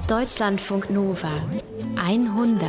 Deutschlandfunk Nova 100.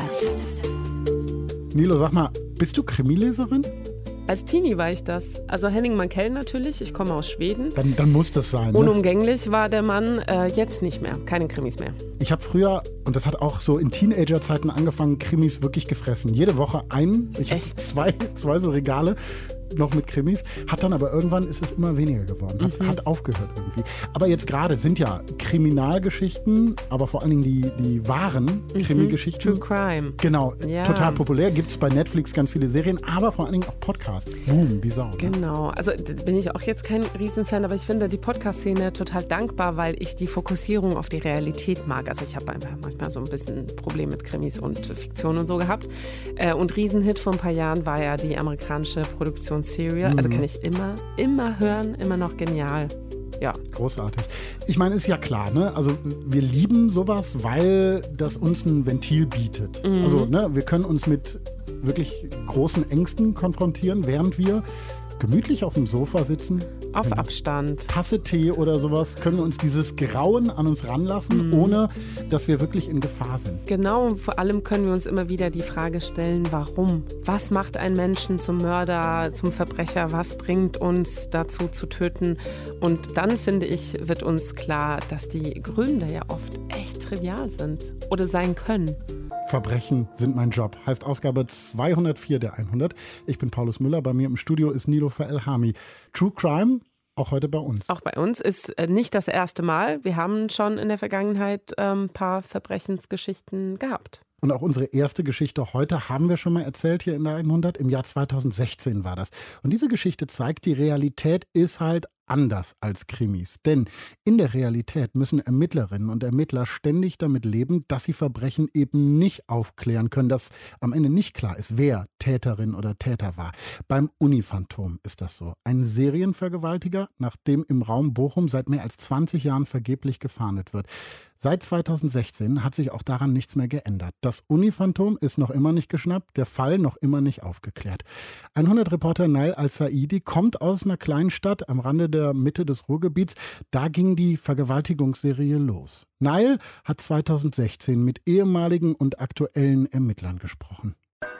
Nilo, sag mal, bist du Krimileserin? Als Teenie war ich das. Also Henning Mankell natürlich, ich komme aus Schweden. Dann muss das sein, ne? Unumgänglich war der Mann, jetzt nicht mehr, keine Krimis mehr. Ich habe früher, und das hat auch so in Teenagerzeiten angefangen, Krimis wirklich gefressen. Jede Woche einen, ich habe zwei so Regale noch mit Krimis, hat dann aber irgendwann ist es immer weniger geworden, hat aufgehört irgendwie. Aber jetzt gerade sind ja Kriminalgeschichten, aber vor allen Dingen die wahren Krimi-Geschichten. True Crime. Genau, ja. Total populär, gibt es bei Netflix ganz viele Serien, aber vor allen Dingen auch Podcasts. Boom, wie Sau. Ne? Genau, also bin ich auch jetzt kein Riesenfan, aber ich finde die Podcast-Szene total dankbar, weil ich die Fokussierung auf die Realität mag. Also ich habe einfach manchmal so ein bisschen Problem mit Krimis und Fiktion und so gehabt. Und Riesenhit vor ein paar Jahren war ja die amerikanische Produktion Serial, also kann ich immer hören, immer noch genial. Ja. Großartig. Ich meine, ist ja klar, ne? Also wir lieben sowas, weil das uns ein Ventil bietet. Also ne, wir können uns mit wirklich großen Ängsten konfrontieren, während wir gemütlich auf dem Sofa sitzen. Auf Abstand. Tasse Tee oder sowas, können wir uns dieses Grauen an uns ranlassen, ohne dass wir wirklich in Gefahr sind. Genau, und vor allem können wir uns immer wieder die Frage stellen, warum? Was macht einen Menschen zum Mörder, zum Verbrecher? Was bringt uns dazu zu töten? Und dann, finde ich, wird uns klar, dass die Gründe ja oft echt trivial sind oder sein können. Verbrechen sind mein Job. Heißt Ausgabe 204 der 100. Ich bin Paulus Müller, bei mir im Studio ist Nilofer El-Hami. True Crime, auch heute bei uns. Auch bei uns ist nicht das erste Mal. Wir haben schon in der Vergangenheit ein paar Verbrechensgeschichten gehabt. Und auch unsere erste Geschichte heute haben wir schon mal erzählt hier in der 100. Im Jahr 2016 war das. Und diese Geschichte zeigt, die Realität ist halt anders als Krimis. Denn in der Realität müssen Ermittlerinnen und Ermittler ständig damit leben, dass sie Verbrechen eben nicht aufklären können, dass am Ende nicht klar ist, wer Täterin oder Täter war. Beim Uniphantom ist das so. Ein Serienvergewaltiger, nach dem im Raum Bochum seit mehr als 20 Jahren vergeblich gefahndet wird. Seit 2016 hat sich auch daran nichts mehr geändert. Das Uniphantom ist noch immer nicht geschnappt, der Fall noch immer nicht aufgeklärt. 100-Reporter Nail Al-Saidi kommt aus einer kleinen Stadt am Rande der Mitte des Ruhrgebiets. Da ging die Vergewaltigungsserie los. Nail hat 2016 mit ehemaligen und aktuellen Ermittlern gesprochen.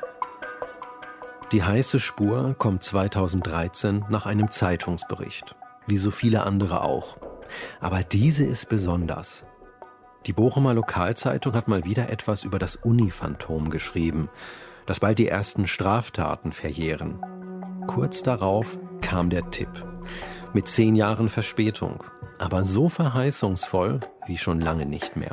Die heiße Spur kommt 2013 nach einem Zeitungsbericht. Wie so viele andere auch. Aber diese ist besonders. Die Bochumer Lokalzeitung hat mal wieder etwas über das Uniphantom geschrieben, dass bald die ersten Straftaten verjähren. Kurz darauf kam der Tipp. Mit 10 Jahren Verspätung. Aber so verheißungsvoll wie schon lange nicht mehr.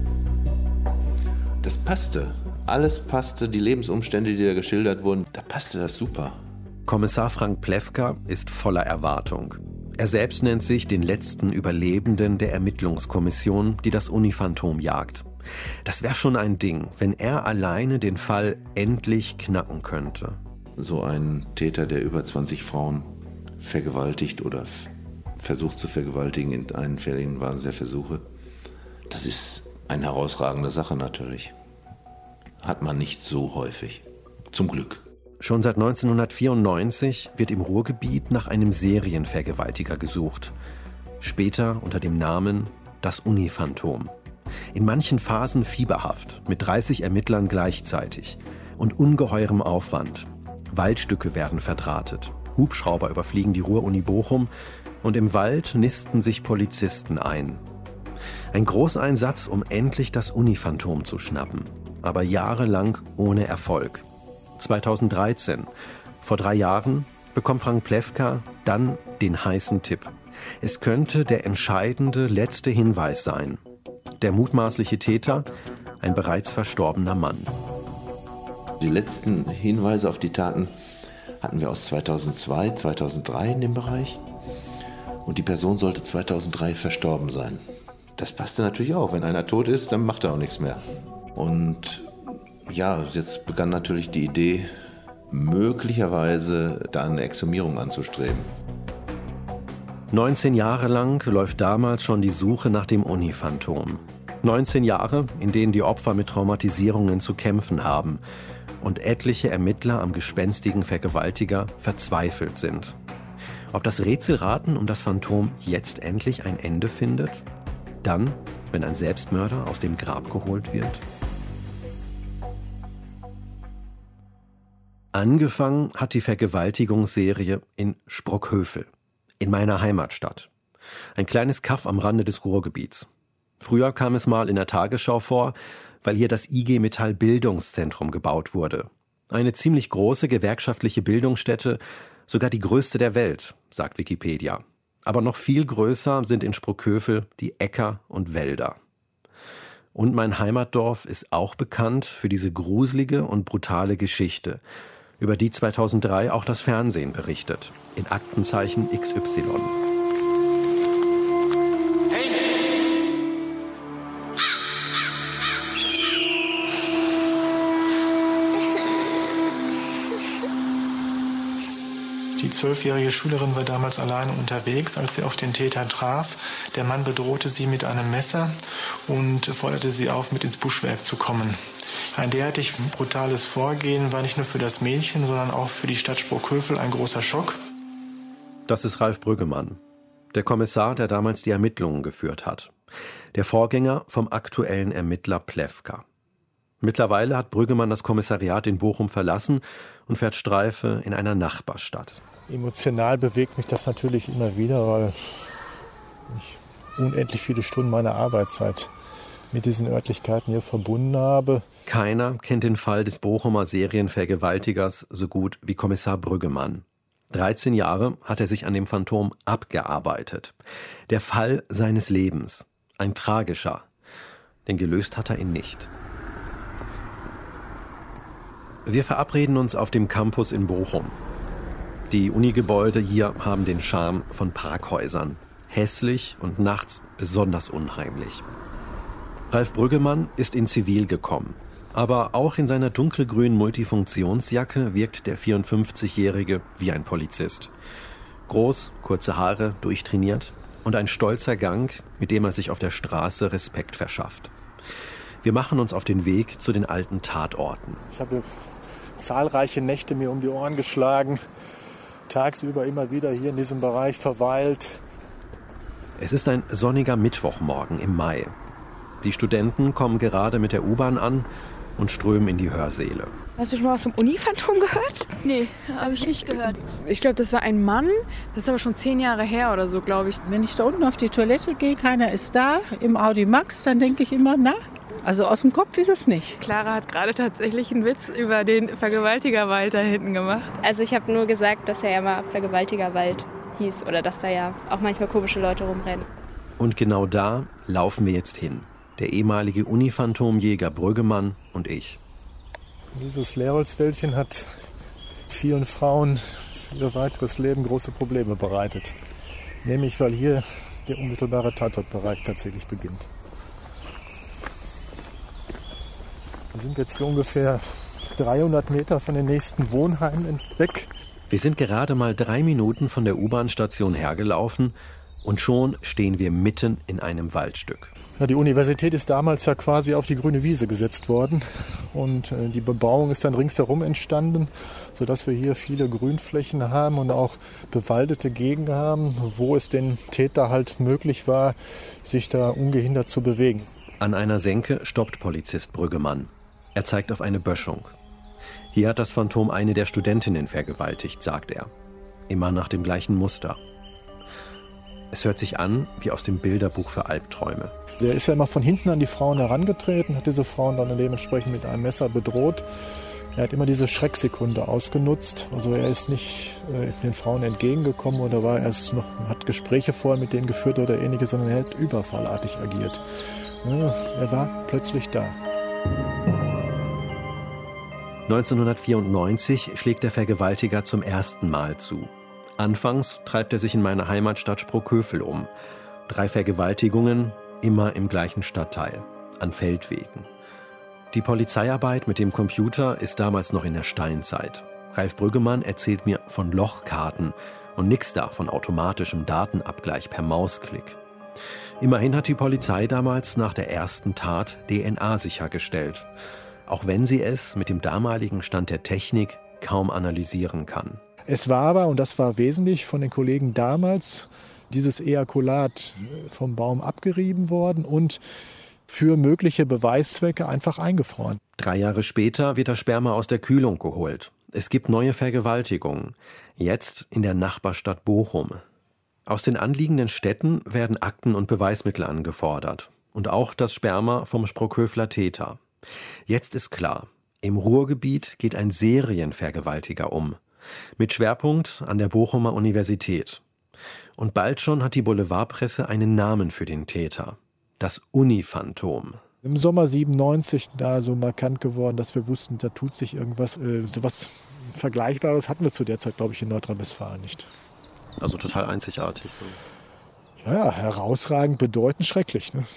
Das passte. Alles passte. Die Lebensumstände, die da geschildert wurden, da passte das super. Kommissar Frank Plewka ist voller Erwartung. Er selbst nennt sich den letzten Überlebenden der Ermittlungskommission, die das Uniphantom jagt. Das wäre schon ein Ding, wenn er alleine den Fall endlich knacken könnte. So ein Täter, der über 20 Frauen vergewaltigt oder versucht zu vergewaltigen, in einen Fällen waren es ja Versuche, das ist eine herausragende Sache natürlich. Hat man nicht so häufig. Zum Glück. Schon seit 1994 wird im Ruhrgebiet nach einem Serienvergewaltiger gesucht. Später unter dem Namen das Uniphantom. In manchen Phasen fieberhaft, mit 30 Ermittlern gleichzeitig und ungeheurem Aufwand. Waldstücke werden verdrahtet. Hubschrauber überfliegen die Ruhr-Uni Bochum und im Wald nisten sich Polizisten ein. Ein Großeinsatz, um endlich das Uniphantom zu schnappen. Aber jahrelang ohne Erfolg. 2013, vor 3 Jahren, bekommt Frank Plewka dann den heißen Tipp. Es könnte der entscheidende letzte Hinweis sein. Der mutmaßliche Täter, ein bereits verstorbener Mann. Die letzten Hinweise auf die Taten hatten wir aus 2002, 2003 in dem Bereich. Und die Person sollte 2003 verstorben sein. Das passte natürlich auch. Wenn einer tot ist, dann macht er auch nichts mehr. Und ja, jetzt begann natürlich die Idee, möglicherweise da eine Exhumierung anzustreben. 19 Jahre lang läuft damals schon die Suche nach dem Uniphantom. 19 Jahre, in denen die Opfer mit Traumatisierungen zu kämpfen haben und etliche Ermittler am gespenstigen Vergewaltiger verzweifelt sind. Ob das Rätselraten um das Phantom jetzt endlich ein Ende findet? Dann wenn ein Selbstmörder aus dem Grab geholt wird? Angefangen hat die Vergewaltigungsserie in Sprockhövel, in meiner Heimatstadt. Ein kleines Kaff am Rande des Ruhrgebiets. Früher kam es mal in der Tagesschau vor, weil hier das IG Metall Bildungszentrum gebaut wurde. Eine ziemlich große gewerkschaftliche Bildungsstätte, sogar die größte der Welt, sagt Wikipedia. Aber noch viel größer sind in Sprockhövel die Äcker und Wälder. Und mein Heimatdorf ist auch bekannt für diese gruselige und brutale Geschichte, über die 2003 auch das Fernsehen berichtet, in Aktenzeichen XY. Die 12-jährige Schülerin war damals alleine unterwegs, als sie auf den Täter traf. Der Mann bedrohte sie mit einem Messer und forderte sie auf, mit ins Buschwerk zu kommen. Ein derartig brutales Vorgehen war nicht nur für das Mädchen, sondern auch für die Stadt Sprockhövel ein großer Schock. Das ist Ralf Brüggemann, der Kommissar, der damals die Ermittlungen geführt hat. Der Vorgänger vom aktuellen Ermittler Plewka. Mittlerweile hat Brüggemann das Kommissariat in Bochum verlassen und fährt Streife in einer Nachbarstadt. Emotional bewegt mich das natürlich immer wieder, weil ich unendlich viele Stunden meiner Arbeitszeit mit diesen Örtlichkeiten hier verbunden habe. Keiner kennt den Fall des Bochumer Serienvergewaltigers so gut wie Kommissar Brüggemann. 13 Jahre hat er sich an dem Phantom abgearbeitet. Der Fall seines Lebens. Ein tragischer. Denn gelöst hat er ihn nicht. Wir verabreden uns auf dem Campus in Bochum. Die Unigebäude hier haben den Charme von Parkhäusern. Hässlich und nachts besonders unheimlich. Ralf Brüggemann ist in Zivil gekommen. Aber auch in seiner dunkelgrünen Multifunktionsjacke wirkt der 54-Jährige wie ein Polizist. Groß, kurze Haare, durchtrainiert und ein stolzer Gang, mit dem er sich auf der Straße Respekt verschafft. Wir machen uns auf den Weg zu den alten Tatorten. Ich habe zahlreiche Nächte mir um die Ohren geschlagen, tagsüber immer wieder hier in diesem Bereich verweilt. Es ist ein sonniger Mittwochmorgen im Mai. Die Studenten kommen gerade mit der U-Bahn an und strömen in die Hörsäle. Hast du schon mal was vom Uniphantom gehört? Nee, habe ich nicht gehört. Ich glaube, das war ein Mann. Das ist aber schon 10 Jahre her oder so, glaube ich. Wenn ich da unten auf die Toilette gehe, keiner ist da, im Audi Max, dann denke ich immer, na, also aus dem Kopf ist es nicht. Clara hat gerade tatsächlich einen Witz über den Vergewaltigerwald da hinten gemacht. Also ich habe nur gesagt, dass er ja mal Vergewaltigerwald hieß oder dass da ja auch manchmal komische Leute rumrennen. Und genau da laufen wir jetzt hin. Der ehemalige Uniphantomjäger Brüggemann und ich. Dieses Leerholzwäldchen hat vielen Frauen für ihr weiteres Leben große Probleme bereitet. Nämlich, weil hier der unmittelbare Tatortbereich tatsächlich beginnt. Wir sind jetzt hier ungefähr 300 Meter von den nächsten Wohnheimen weg. Wir sind gerade mal 3 Minuten von der U-Bahn-Station hergelaufen und schon stehen wir mitten in einem Waldstück. Ja, die Universität ist damals ja quasi auf die grüne Wiese gesetzt worden und die Bebauung ist dann ringsherum entstanden, sodass wir hier viele Grünflächen haben und auch bewaldete Gegenden haben, wo es den Täter halt möglich war, sich da ungehindert zu bewegen. An einer Senke stoppt Polizist Brüggemann. Er zeigt auf eine Böschung. Hier hat das Phantom eine der Studentinnen vergewaltigt, sagt er. Immer nach dem gleichen Muster. Es hört sich an wie aus dem Bilderbuch für Albträume. Der ist ja immer von hinten an die Frauen herangetreten, hat diese Frauen dann dementsprechend mit einem Messer bedroht. Er hat immer diese Schrecksekunde ausgenutzt. Also er ist nicht den Frauen entgegengekommen oder hat Gespräche vorher mit denen geführt oder ähnliches, sondern er hat überfallartig agiert. Ja, er war plötzlich da. 1994 schlägt der Vergewaltiger zum ersten Mal zu. Anfangs treibt er sich in meiner Heimatstadt Sprockhövel um. 3 Vergewaltigungen, immer im gleichen Stadtteil, an Feldwegen. Die Polizeiarbeit mit dem Computer ist damals noch in der Steinzeit. Ralf Brüggemann erzählt mir von Lochkarten und nix da von automatischem Datenabgleich per Mausklick. Immerhin hat die Polizei damals nach der ersten Tat DNA sichergestellt, auch wenn sie es mit dem damaligen Stand der Technik kaum analysieren kann. Es war aber, und das war wesentlich von den Kollegen damals, dieses Ejakulat vom Baum abgerieben worden und für mögliche Beweiszwecke einfach eingefroren. 3 Jahre später wird das Sperma aus der Kühlung geholt. Es gibt neue Vergewaltigungen. Jetzt in der Nachbarstadt Bochum. Aus den anliegenden Städten werden Akten und Beweismittel angefordert. Und auch das Sperma vom Sprockhöfler Täter. Jetzt ist klar, im Ruhrgebiet geht ein Serienvergewaltiger um. Mit Schwerpunkt an der Bochumer Universität. Und bald schon hat die Boulevardpresse einen Namen für den Täter. Das Uniphantom. Im Sommer 97 da so markant geworden, dass wir wussten, da tut sich irgendwas. Sowas Vergleichbares hatten wir zu der Zeit, glaube ich, in Nordrhein-Westfalen nicht. Also total einzigartig. So. Ja, herausragend, bedeutend schrecklich. Ne?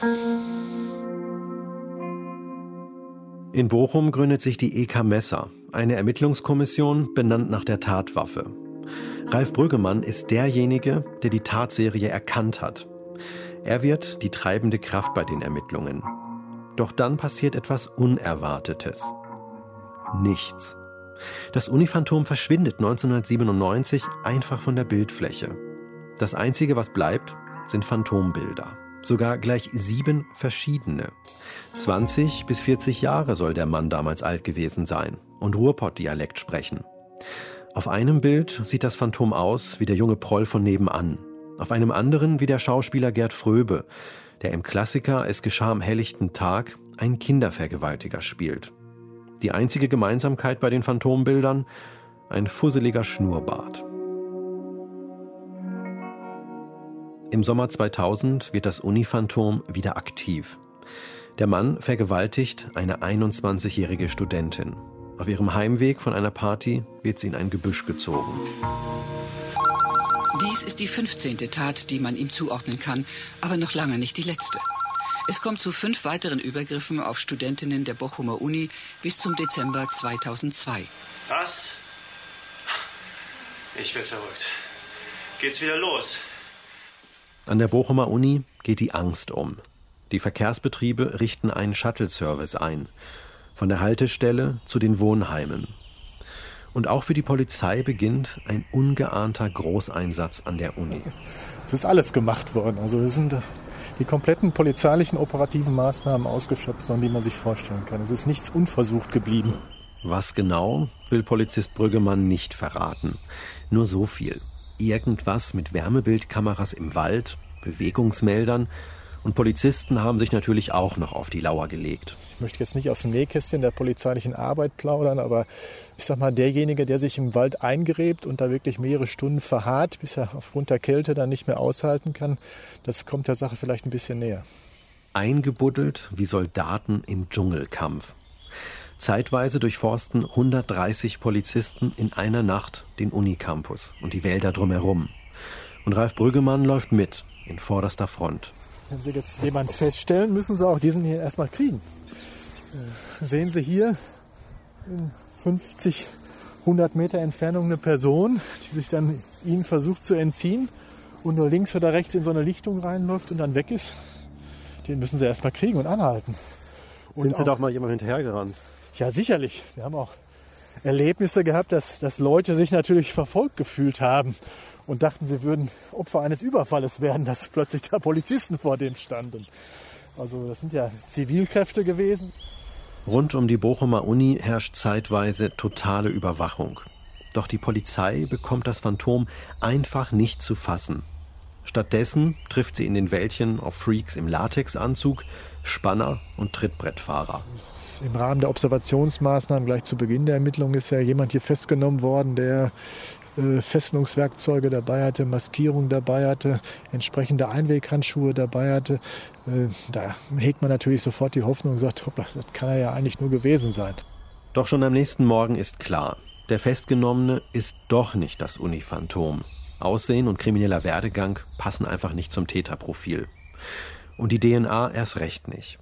In Bochum gründet sich die EK Messer, eine Ermittlungskommission, benannt nach der Tatwaffe. Ralf Brüggemann ist derjenige, der die Tatserie erkannt hat. Er wird die treibende Kraft bei den Ermittlungen. Doch dann passiert etwas Unerwartetes. Nichts. Das Uniphantom verschwindet 1997 einfach von der Bildfläche. Das Einzige, was bleibt, sind Phantombilder. Sogar gleich 7 verschiedene. 20 bis 40 Jahre soll der Mann damals alt gewesen sein und Ruhrpott-Dialekt sprechen. Auf einem Bild sieht das Phantom aus wie der junge Proll von nebenan. Auf einem anderen wie der Schauspieler Gerd Fröbe, der im Klassiker Es geschah am helllichten Tag einen Kindervergewaltiger spielt. Die einzige Gemeinsamkeit bei den Phantombildern? Ein fusseliger Schnurrbart. Im Sommer 2000 wird das Uniphantom wieder aktiv. Der Mann vergewaltigt eine 21-jährige Studentin. Auf ihrem Heimweg von einer Party wird sie in ein Gebüsch gezogen. Dies ist die 15. Tat, die man ihm zuordnen kann, aber noch lange nicht die letzte. Es kommt zu 5 weiteren Übergriffen auf Studentinnen der Bochumer Uni bis zum Dezember 2002. Was? Ich werde verrückt. Geht's wieder los? An der Bochumer Uni geht die Angst um. Die Verkehrsbetriebe richten einen Shuttle-Service ein. Von der Haltestelle zu den Wohnheimen. Und auch für die Polizei beginnt ein ungeahnter Großeinsatz an der Uni. Es ist alles gemacht worden. Also wir sind die kompletten polizeilichen operativen Maßnahmen ausgeschöpft worden, die man sich vorstellen kann. Es ist nichts unversucht geblieben. Was genau, will Polizist Brüggemann nicht verraten. Nur so viel. Irgendwas mit Wärmebildkameras im Wald, Bewegungsmeldern. Und Polizisten haben sich natürlich auch noch auf die Lauer gelegt. Ich möchte jetzt nicht aus dem Nähkästchen der polizeilichen Arbeit plaudern, aber ich sag mal, derjenige, der sich im Wald eingräbt und da wirklich mehrere Stunden verharrt, bis er aufgrund der Kälte dann nicht mehr aushalten kann, das kommt der Sache vielleicht ein bisschen näher. Eingebuddelt wie Soldaten im Dschungelkampf. Zeitweise durchforsten 130 Polizisten in einer Nacht den Unicampus und die Wälder drumherum. Und Ralf Brüggemann läuft mit in vorderster Front. Wenn Sie jetzt jemanden feststellen, müssen Sie auch diesen hier erstmal kriegen. Sehen Sie hier in 50, 100 Meter Entfernung eine Person, die sich dann Ihnen versucht zu entziehen und nur links oder rechts in so eine Lichtung reinläuft und dann weg ist. Den müssen Sie erstmal kriegen und anhalten. Sind Sie doch mal jemandem hinterhergerannt? Ja, sicherlich. Wir haben auch Erlebnisse gehabt, dass Leute sich natürlich verfolgt gefühlt haben und dachten, sie würden Opfer eines Überfalles werden, dass plötzlich da Polizisten vor denen standen. Also das sind ja Zivilkräfte gewesen. Rund um die Bochumer Uni herrscht zeitweise totale Überwachung. Doch die Polizei bekommt das Phantom einfach nicht zu fassen. Stattdessen trifft sie in den Wäldchen auf Freaks im Latexanzug, Spanner und Trittbrettfahrer. Im Rahmen der Observationsmaßnahmen gleich zu Beginn der Ermittlung ist ja jemand hier festgenommen worden, der Fesselungswerkzeuge dabei hatte, Maskierung dabei hatte, entsprechende Einweghandschuhe dabei hatte. Da hegt man natürlich sofort die Hoffnung und sagt, hoppla, das kann er ja eigentlich nur gewesen sein. Doch schon am nächsten Morgen ist klar, der Festgenommene ist doch nicht das Uniphantom. Aussehen und krimineller Werdegang passen einfach nicht zum Täterprofil. Und die DNA erst recht nicht.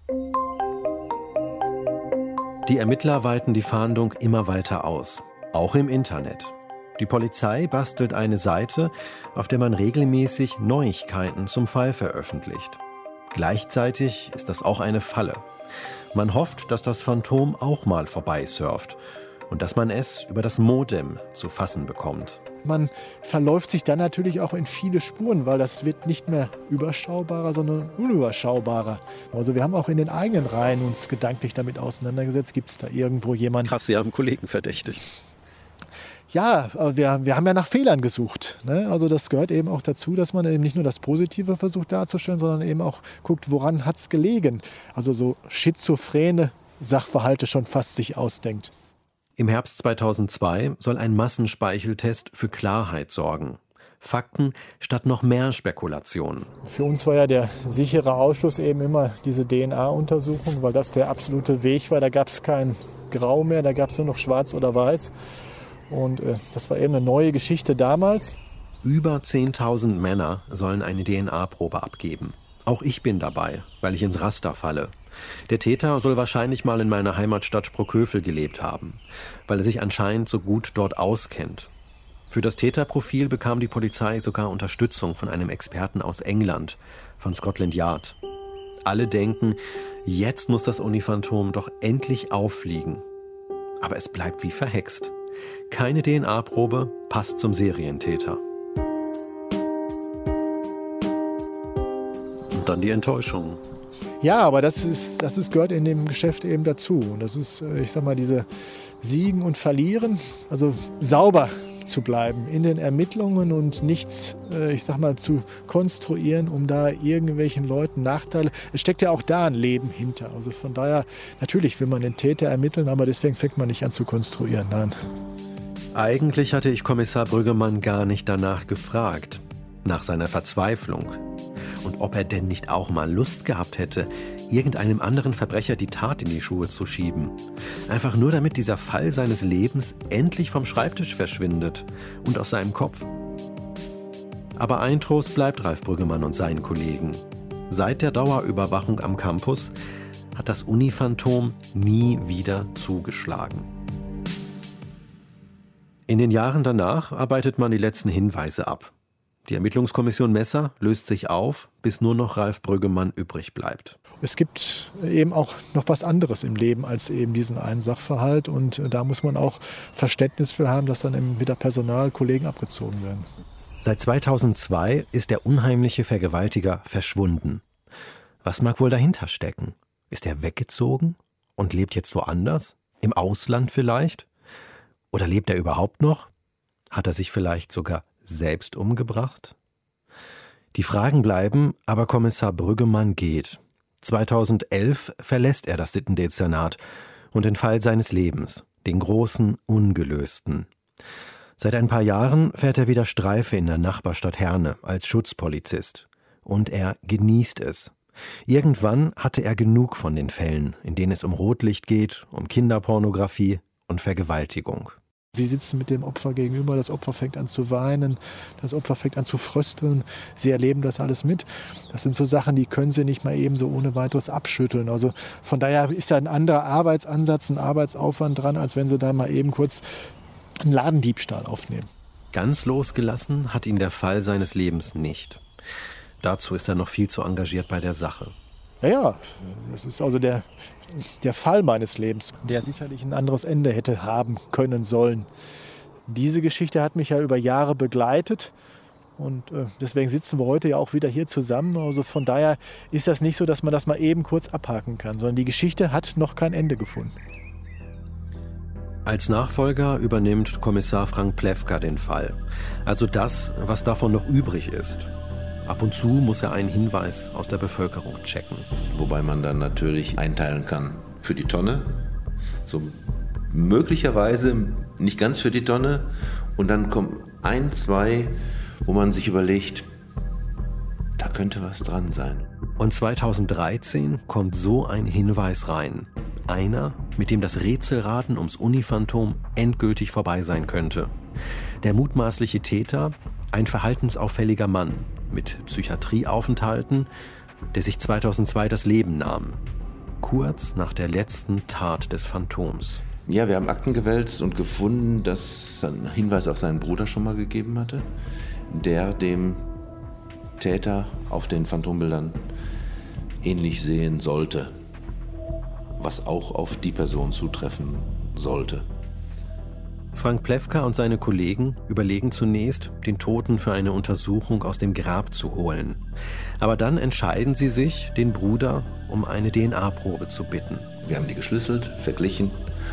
Die Ermittler weiten die Fahndung immer weiter aus, auch im Internet. Die Polizei bastelt eine Seite, auf der man regelmäßig Neuigkeiten zum Fall veröffentlicht. Gleichzeitig ist das auch eine Falle. Man hofft, dass das Phantom auch mal vorbeisurft und dass man es über das Modem zu fassen bekommt. Man verläuft sich dann natürlich auch in viele Spuren, weil das wird nicht mehr überschaubarer, sondern unüberschaubarer. Also wir haben auch in den eigenen Reihen uns gedanklich damit auseinandergesetzt. Gibt es da irgendwo jemanden? Krass, Sie haben Kollegen verdächtigt. Ja, wir haben ja nach Fehlern gesucht. Ne? Also das gehört eben auch dazu, dass man eben nicht nur das Positive versucht darzustellen, sondern eben auch guckt, woran hat es gelegen. Also so schizophrene Sachverhalte schon fast sich ausdenkt. Im Herbst 2002 soll ein Massenspeicheltest für Klarheit sorgen. Fakten statt noch mehr Spekulationen. Für uns war ja der sichere Ausschluss eben immer diese DNA-Untersuchung, weil das der absolute Weg war. Da gab es kein Grau mehr, da gab es nur noch Schwarz oder Weiß. Und das war eben eine neue Geschichte damals. Über 10.000 Männer sollen eine DNA-Probe abgeben. Auch ich bin dabei, weil ich ins Raster falle. Der Täter soll wahrscheinlich mal in meiner Heimatstadt Sprockhövel gelebt haben, weil er sich anscheinend so gut dort auskennt. Für das Täterprofil bekam die Polizei sogar Unterstützung von einem Experten aus England, von Scotland Yard. Alle denken, jetzt muss das Uniphantom doch endlich auffliegen. Aber es bleibt wie verhext. Keine DNA-Probe passt zum Serientäter. Und dann die Enttäuschung. Ja, aber das gehört in dem Geschäft eben dazu. Und das ist, ich sag mal, diese Siegen und Verlieren, also sauber zu bleiben in den Ermittlungen und nichts, ich sag mal, zu konstruieren, um da irgendwelchen Leuten Nachteile. Es steckt ja auch da ein Leben hinter. Also von daher, natürlich will man den Täter ermitteln, aber deswegen fängt man nicht an zu konstruieren. Nein. Eigentlich hatte ich Kommissar Brüggemann gar nicht danach gefragt, nach seiner Verzweiflung. Und ob er denn nicht auch mal Lust gehabt hätte, irgendeinem anderen Verbrecher die Tat in die Schuhe zu schieben. Einfach nur, damit dieser Fall seines Lebens endlich vom Schreibtisch verschwindet und aus seinem Kopf. Aber ein Trost bleibt Ralf Brüggemann und seinen Kollegen. Seit der Dauerüberwachung am Campus hat das Uniphantom nie wieder zugeschlagen. In den Jahren danach arbeitet man die letzten Hinweise ab. Die Ermittlungskommission Messer löst sich auf, bis nur noch Ralf Brüggemann übrig bleibt. Es gibt eben auch noch was anderes im Leben als eben diesen einen Sachverhalt. Und da muss man auch Verständnis für haben, dass dann eben wieder Personal, Kollegen abgezogen werden. Seit 2002 ist der unheimliche Vergewaltiger verschwunden. Was mag wohl dahinter stecken? Ist er weggezogen und lebt jetzt woanders? Im Ausland vielleicht? Oder lebt er überhaupt noch? Hat er sich vielleicht sogar selbst umgebracht? Die Fragen bleiben, aber Kommissar Brüggemann geht. 2011 verlässt er das Sittendezernat und den Fall seines Lebens, den großen Ungelösten. Seit ein paar Jahren fährt er wieder Streife in der Nachbarstadt Herne als Schutzpolizist. Und er genießt es. Irgendwann hatte er genug von den Fällen, in denen es um Rotlicht geht, um Kinderpornografie und Vergewaltigung. Sie sitzen mit dem Opfer gegenüber, das Opfer fängt an zu weinen, das Opfer fängt an zu frösteln, sie erleben das alles mit. Das sind so Sachen, die können sie nicht mal eben so ohne weiteres abschütteln. Also von daher ist da ein anderer Arbeitsansatz, ein Arbeitsaufwand dran, als wenn sie da mal eben kurz einen Ladendiebstahl aufnehmen. Ganz losgelassen hat ihn der Fall seines Lebens nicht. Dazu ist er noch viel zu engagiert bei der Sache. Ja, das ist also der Fall meines Lebens, der sicherlich ein anderes Ende hätte haben können sollen. Diese Geschichte hat mich ja über Jahre begleitet und deswegen sitzen wir heute ja auch wieder hier zusammen. Also von daher ist das nicht so, dass man das mal eben kurz abhaken kann, sondern die Geschichte hat noch kein Ende gefunden. Als Nachfolger übernimmt Kommissar Frank Plewka den Fall. Also das, was davon noch übrig ist. Ab und zu muss er einen Hinweis aus der Bevölkerung checken. Wobei man dann natürlich einteilen kann für die Tonne, so möglicherweise nicht ganz für die Tonne. Und dann kommen 1, 2, wo man sich überlegt, da könnte was dran sein. Und 2013 kommt so ein Hinweis rein. Einer, mit dem das Rätselraten ums Uniphantom endgültig vorbei sein könnte. Der mutmaßliche Täter, ein verhaltensauffälliger Mann mit Psychiatrieaufenthalten, der sich 2002 das Leben nahm. Kurz nach der letzten Tat des Phantoms. Ja, wir haben Akten gewälzt und gefunden, dass es einen Hinweis auf seinen Bruder schon mal gegeben hatte, der dem Täter auf den Phantombildern ähnlich sehen sollte, was auch auf die Person zutreffen sollte. Frank Plewka und seine Kollegen überlegen zunächst, den Toten für eine Untersuchung aus dem Grab zu holen. Aber dann entscheiden sie sich, den Bruder um eine DNA-Probe zu bitten. Wir haben die geschlüsselt, verglichen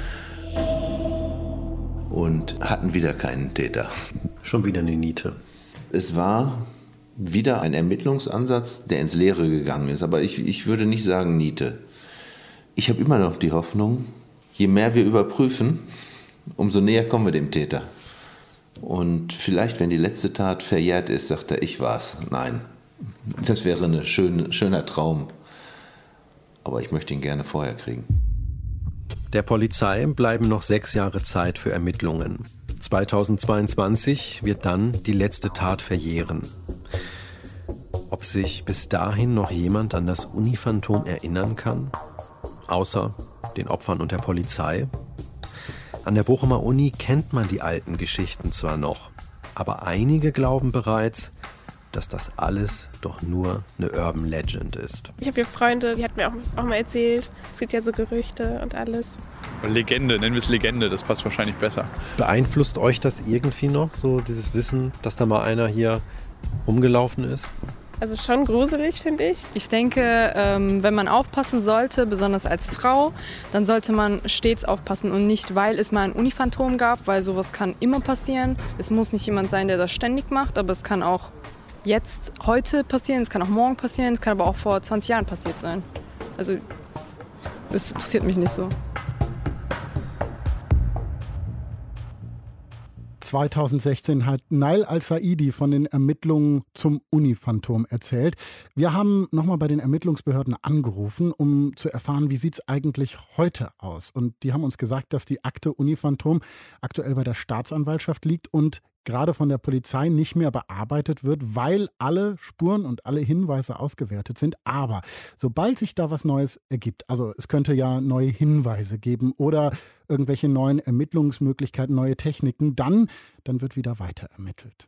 und hatten wieder keinen Täter. Schon wieder eine Niete. Es war wieder ein Ermittlungsansatz, der ins Leere gegangen ist. Aber ich würde nicht sagen Niete. Ich habe immer noch die Hoffnung, je mehr wir überprüfen, umso näher kommen wir dem Täter. Und vielleicht, wenn die letzte Tat verjährt ist, sagt er, ich war's. Nein, das wäre ein schöner Traum. Aber ich möchte ihn gerne vorher kriegen. Der Polizei bleiben noch 6 Jahre Zeit für Ermittlungen. 2022 wird dann die letzte Tat verjähren. Ob sich bis dahin noch jemand an das Uniphantom erinnern kann? Außer den Opfern und der Polizei? An der Bochumer Uni kennt man die alten Geschichten zwar noch, aber einige glauben bereits, dass das alles doch nur eine Urban Legend ist. Ich habe hier Freunde, die hat mir auch mal erzählt, es gibt ja so Gerüchte und alles. Legende, nennen wir es Legende, das passt wahrscheinlich besser. Beeinflusst euch das irgendwie noch, so dieses Wissen, dass da mal einer hier rumgelaufen ist? Also schon gruselig, finde ich. Ich denke, wenn man aufpassen sollte, besonders als Frau, dann sollte man stets aufpassen und nicht, weil es mal ein Uniphantom gab, weil sowas kann immer passieren. Es muss nicht jemand sein, der das ständig macht, aber es kann auch jetzt, heute passieren, es kann auch morgen passieren, es kann aber auch vor 20 Jahren passiert sein. Also, das interessiert mich nicht so. 2016 hat Nail Al-Saidi von den Ermittlungen zum Uniphantom erzählt. Wir haben nochmal bei den Ermittlungsbehörden angerufen, um zu erfahren, wie sieht es eigentlich heute aus. Und die haben uns gesagt, dass die Akte Uniphantom aktuell bei der Staatsanwaltschaft liegt und gerade von der Polizei nicht mehr bearbeitet wird, weil alle Spuren und alle Hinweise ausgewertet sind. Aber sobald sich da was Neues ergibt, also es könnte ja neue Hinweise geben oder irgendwelche neuen Ermittlungsmöglichkeiten, neue Techniken, dann wird wieder weiter ermittelt.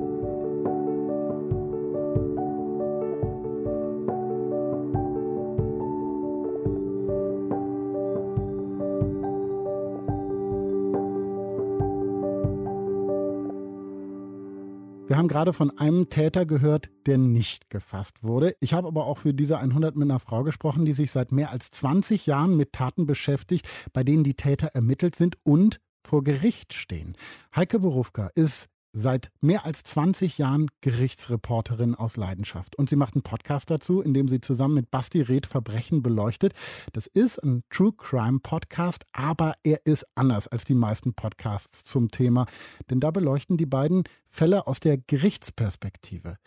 Wir haben gerade von einem Täter gehört, der nicht gefasst wurde. Ich habe aber auch für diese 100 mit einer Frau gesprochen, die sich seit mehr als 20 Jahren mit Taten beschäftigt, bei denen die Täter ermittelt sind und vor Gericht stehen. Heike Borufka ist seit mehr als 20 Jahren Gerichtsreporterin aus Leidenschaft. Und sie macht einen Podcast dazu, in dem sie zusammen mit Basti Reth Verbrechen beleuchtet. Das ist ein True Crime Podcast, aber er ist anders als die meisten Podcasts zum Thema. Denn da beleuchten die beiden Fälle aus der Gerichtsperspektive.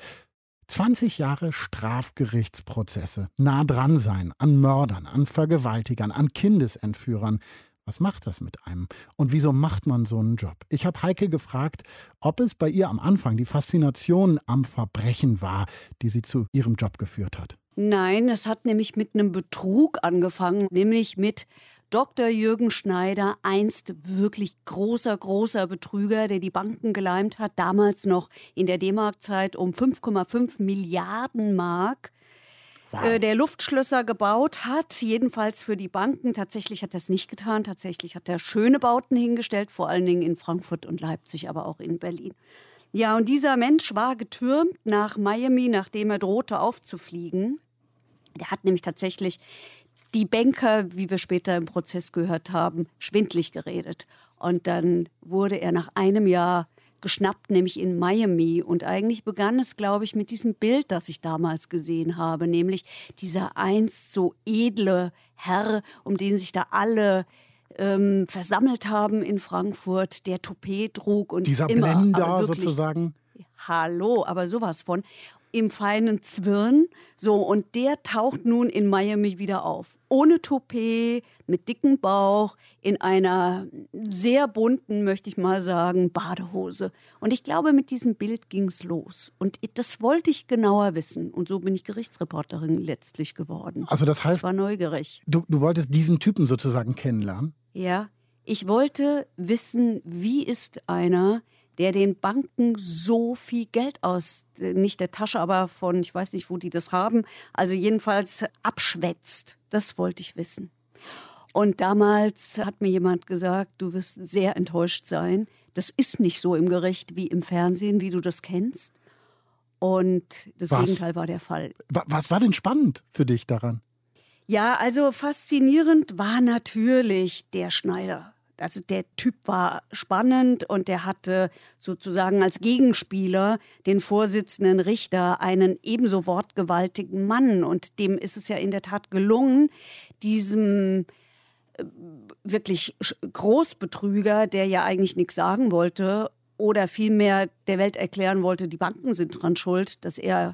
20 Jahre Strafgerichtsprozesse, nah dran sein an Mördern, an Vergewaltigern, an Kindesentführern. Was macht das mit einem? Und wieso macht man so einen Job? Ich habe Heike gefragt, ob es bei ihr am Anfang die Faszination am Verbrechen war, die sie zu ihrem Job geführt hat. Nein, es hat nämlich mit einem Betrug angefangen, nämlich mit Dr. Jürgen Schneider, einst wirklich großer Betrüger, der die Banken geleimt hat, damals noch in der D-Mark-Zeit um 5,5 Milliarden Mark. Wow. Der Luftschlösser gebaut hat, jedenfalls für die Banken. Tatsächlich hat er es nicht getan. Tatsächlich hat er schöne Bauten hingestellt, vor allen Dingen in Frankfurt und Leipzig, aber auch in Berlin. Ja, und dieser Mensch war getürmt nach Miami, nachdem er drohte aufzufliegen. Der hat nämlich tatsächlich die Banker, wie wir später im Prozess gehört haben, schwindlig geredet. Und dann wurde er nach einem Jahr geschnappt, nämlich in Miami. Und eigentlich begann es, glaube ich, mit diesem Bild, das ich damals gesehen habe, nämlich dieser einst so edle Herr, um den sich da alle versammelt haben in Frankfurt, der Toupet trug. Und dieser immer, Blender sozusagen. Hallo, aber sowas von. Im feinen Zwirn. So, und der taucht nun in Miami wieder auf. Ohne Toupet, mit dicken Bauch, in einer sehr bunten, möchte ich mal sagen, Badehose. Und ich glaube, mit diesem Bild ging's los. Und das wollte ich genauer wissen. Und so bin ich Gerichtsreporterin letztlich geworden. Also das heißt, ich war neugierig. Du wolltest diesen Typen sozusagen kennenlernen? Ja, ich wollte wissen, wie ist einer, der den Banken so viel Geld aus, nicht der Tasche, aber von, ich weiß nicht, wo die das haben, also jedenfalls abschwätzt. Das wollte ich wissen. Und damals hat mir jemand gesagt, du wirst sehr enttäuscht sein. Das ist nicht so im Gericht wie im Fernsehen, wie du das kennst. Und das Gegenteil war der Fall. Was war denn spannend für dich daran? Ja, also faszinierend war natürlich der Schneider. Also der Typ war spannend und der hatte sozusagen als Gegenspieler den Vorsitzenden Richter, einen ebenso wortgewaltigen Mann. Und dem ist es ja in der Tat gelungen, diesem wirklich Großbetrüger, der ja eigentlich nichts sagen wollte oder vielmehr der Welt erklären wollte, die Banken sind dran schuld, dass er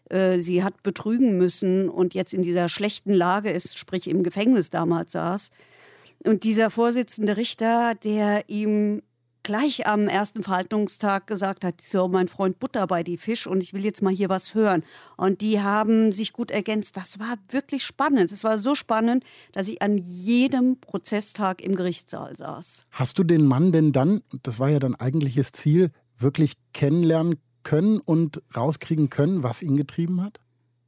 sie hat betrügen müssen und jetzt in dieser schlechten Lage ist, sprich im Gefängnis damals saß. Und dieser Vorsitzende Richter, der ihm gleich am ersten Verhandlungstag gesagt hat, so, mein Freund, Butter bei die Fisch und ich will jetzt mal hier was hören. Und die haben sich gut ergänzt. Das war wirklich spannend. Es war so spannend, dass ich an jedem Prozesstag im Gerichtssaal saß. Hast du den Mann denn dann, das war ja dein eigentliches Ziel, wirklich kennenlernen können und rauskriegen können, was ihn getrieben hat?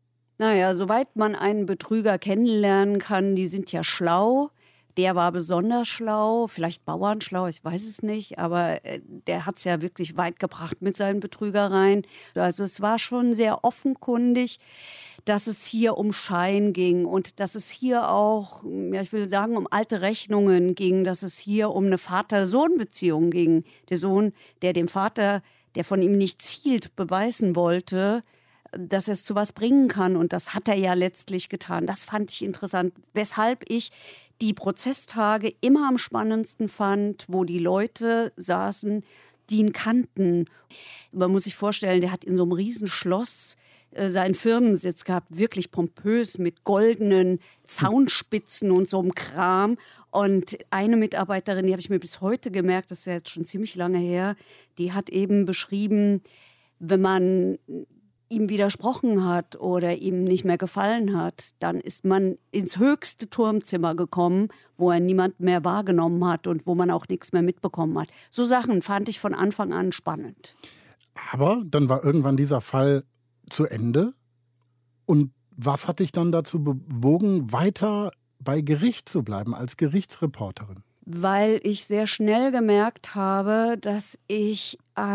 Naja, soweit man einen Betrüger kennenlernen kann, die sind ja schlau. Der war besonders schlau, vielleicht bauernschlau, ich weiß es nicht, aber der hat es ja wirklich weit gebracht mit seinen Betrügereien. Also es war schon sehr offenkundig, dass es hier um Schein ging und dass es hier auch, ja, ich will sagen, um alte Rechnungen ging, dass es hier um eine Vater-Sohn-Beziehung ging. Der Sohn, der dem Vater, der von ihm nichts hielt, beweisen wollte, dass er es zu was bringen kann. Und das hat er ja letztlich getan. Das fand ich interessant, weshalb ich die Prozesstage immer am spannendsten fand, wo die Leute saßen, die ihn kannten. Man muss sich vorstellen, der hat in so einem Riesenschloss seinen Firmensitz gehabt, wirklich pompös mit goldenen Zaunspitzen und so einem Kram. Und eine Mitarbeiterin, die habe ich mir bis heute gemerkt, das ist ja jetzt schon ziemlich lange her, die hat eben beschrieben, wenn man ihm widersprochen hat oder ihm nicht mehr gefallen hat, dann ist man ins höchste Turmzimmer gekommen, wo er niemand mehr wahrgenommen hat und wo man auch nichts mehr mitbekommen hat. So Sachen fand ich von Anfang an spannend. Aber dann war irgendwann dieser Fall zu Ende. Und was hat dich dann dazu bewogen, weiter bei Gericht zu bleiben als Gerichtsreporterin? Weil ich sehr schnell gemerkt habe, dass ich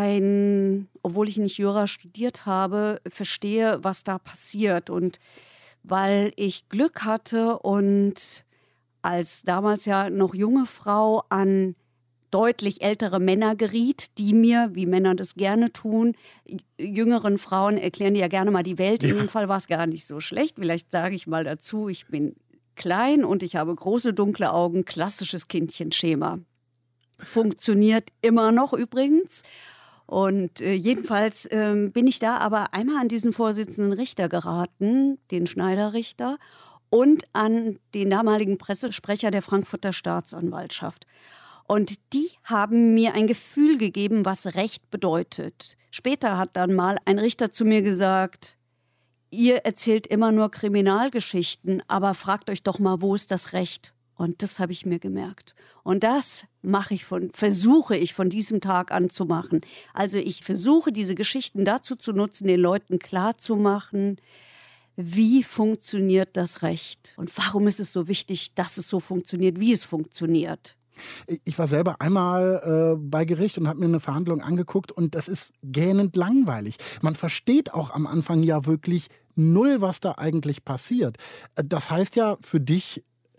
obwohl ich nicht Jura studiert habe, verstehe, was da passiert. Und weil ich Glück hatte und als damals ja noch junge Frau an deutlich ältere Männer geriet, die mir, wie Männer das gerne tun, jüngeren Frauen erklären die ja gerne mal die Welt. In dem Fall war es gar nicht so schlecht. Vielleicht sage ich mal dazu, ich bin klein und ich habe große dunkle Augen, klassisches Kindchenschema. Funktioniert immer noch übrigens. Und jedenfalls bin ich da aber einmal an diesen Vorsitzenden Richter geraten, den Schneider-Richter, und an den damaligen Pressesprecher der Frankfurter Staatsanwaltschaft. Und die haben mir ein Gefühl gegeben, was Recht bedeutet. Später hat dann mal ein Richter zu mir gesagt, ihr erzählt immer nur Kriminalgeschichten, aber fragt euch doch mal, wo ist das Recht? Und das habe ich mir gemerkt. Und das versuche ich von diesem Tag an zu machen. Also ich versuche, diese Geschichten dazu zu nutzen, den Leuten klarzumachen, wie funktioniert das Recht? Und warum ist es so wichtig, dass es so funktioniert, wie es funktioniert? Ich war selber einmal bei Gericht und habe mir eine Verhandlung angeguckt und das ist gähnend langweilig. Man versteht auch am Anfang ja wirklich null, was da eigentlich passiert. Das heißt ja für dich,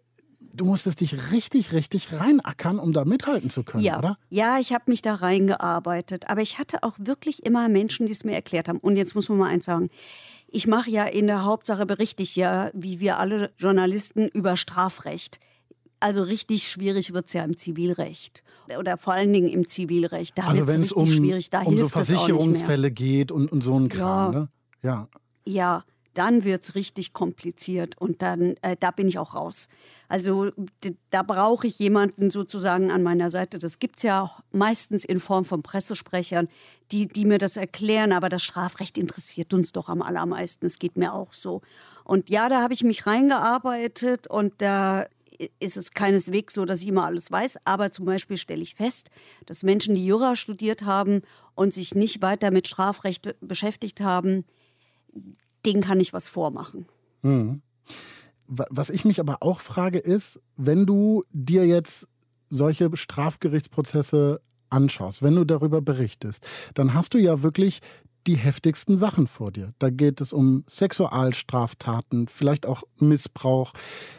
du musstest dich richtig, richtig reinackern, um da mithalten zu können, ja, oder? Ja, ich habe mich da reingearbeitet. Aber ich hatte auch wirklich immer Menschen, die es mir erklärt haben. Und jetzt muss man mal eins sagen. Ich mache ja in der Hauptsache, berichte ich ja, wie wir alle Journalisten, über Strafrecht. Also richtig schwierig wird es ja im Zivilrecht. Oder vor allen Dingen im Zivilrecht. Da also wenn es um so Versicherungsfälle geht und so ein Kram, ja. Ne? Ja. Ja, dann wird es richtig kompliziert und dann, da bin ich auch raus. Also da brauche ich jemanden sozusagen an meiner Seite. Das gibt es ja auch meistens in Form von Pressesprechern, die mir das erklären. Aber das Strafrecht interessiert uns doch am allermeisten. Es geht mir auch so. Und ja, da habe ich mich reingearbeitet und da ist es keineswegs so, dass ich immer alles weiß. Aber zum Beispiel stelle ich fest, dass Menschen, die Jura studiert haben und sich nicht weiter mit Strafrecht beschäftigt haben, denen kann ich was vormachen. Mhm. Was ich mich aber auch frage ist, wenn du dir jetzt solche Strafgerichtsprozesse anschaust, wenn du darüber berichtest, dann hast du ja wirklich die heftigsten Sachen vor dir. Da geht es um Sexualstraftaten, vielleicht auch Missbrauch.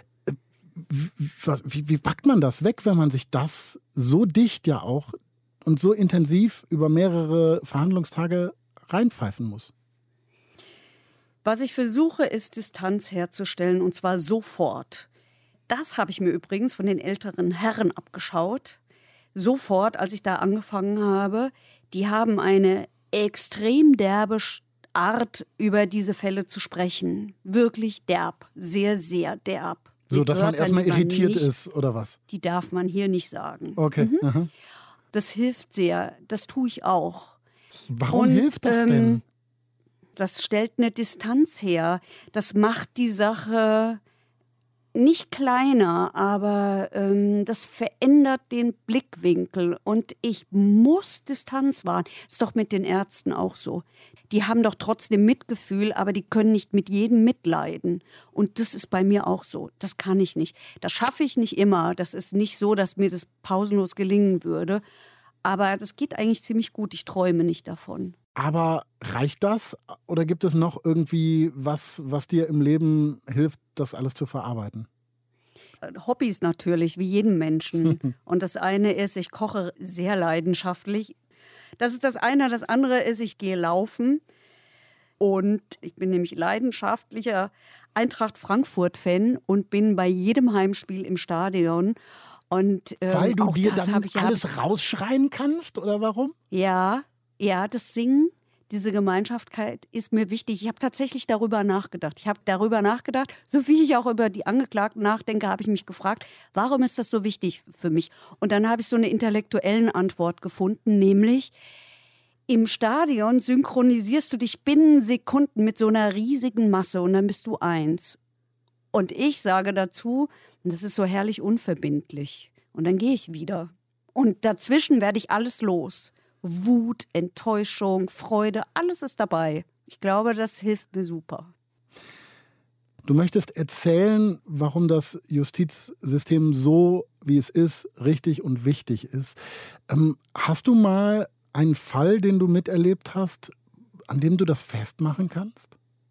Wie packt man das weg, wenn man sich das so dicht ja auch und so intensiv über mehrere Verhandlungstage reinpfeifen muss? Was ich versuche, ist Distanz herzustellen, und zwar sofort. Das habe ich mir übrigens von den älteren Herren abgeschaut. Sofort, als ich da angefangen habe. Die haben eine extrem derbe Art, über diese Fälle zu sprechen. Wirklich derb, sehr, sehr derb. So, dass man erstmal irritiert ist, oder was? Die darf man hier nicht sagen. Okay. Mhm. Das hilft sehr. Das tue ich auch. Warum hilft das denn? Das stellt eine Distanz her. Das macht die Sache nicht kleiner, aber das verändert den Blickwinkel. Und ich muss Distanz wahren. Ist doch mit den Ärzten auch so. Die haben doch trotzdem Mitgefühl, aber die können nicht mit jedem mitleiden. Und das ist bei mir auch so. Das kann ich nicht. Das schaffe ich nicht immer. Das ist nicht so, dass mir das pausenlos gelingen würde. Aber das geht eigentlich ziemlich gut. Ich träume nicht davon. Aber reicht das? Oder gibt es noch irgendwie was dir im Leben hilft, das alles zu verarbeiten? Hobbys natürlich, wie jedem Menschen. Und das eine ist, ich koche sehr leidenschaftlich. Das ist das eine. Das andere ist, ich gehe laufen. Und ich bin nämlich leidenschaftlicher Eintracht Frankfurt-Fan und bin bei jedem Heimspiel im Stadion. Und, weil du dir dann alles rausschreien kannst, oder warum? Ja, das Singen, diese Gemeinschaftlichkeit ist mir wichtig. Ich habe tatsächlich darüber nachgedacht. So wie ich auch über die Angeklagten nachdenke, habe ich mich gefragt, warum ist das so wichtig für mich? Und dann habe ich so eine intellektuelle Antwort gefunden, nämlich im Stadion synchronisierst du dich binnen Sekunden mit so einer riesigen Masse und dann bist du eins. Und ich sage dazu, das ist so herrlich unverbindlich. Und dann gehe ich wieder. Und dazwischen werde ich alles los. Wut, Enttäuschung, Freude, alles ist dabei. Ich glaube, das hilft mir super. Du möchtest erzählen, warum das Justizsystem so, wie es ist, richtig und wichtig ist. Hast du mal einen Fall, den du miterlebt hast, an dem du das festmachen kannst?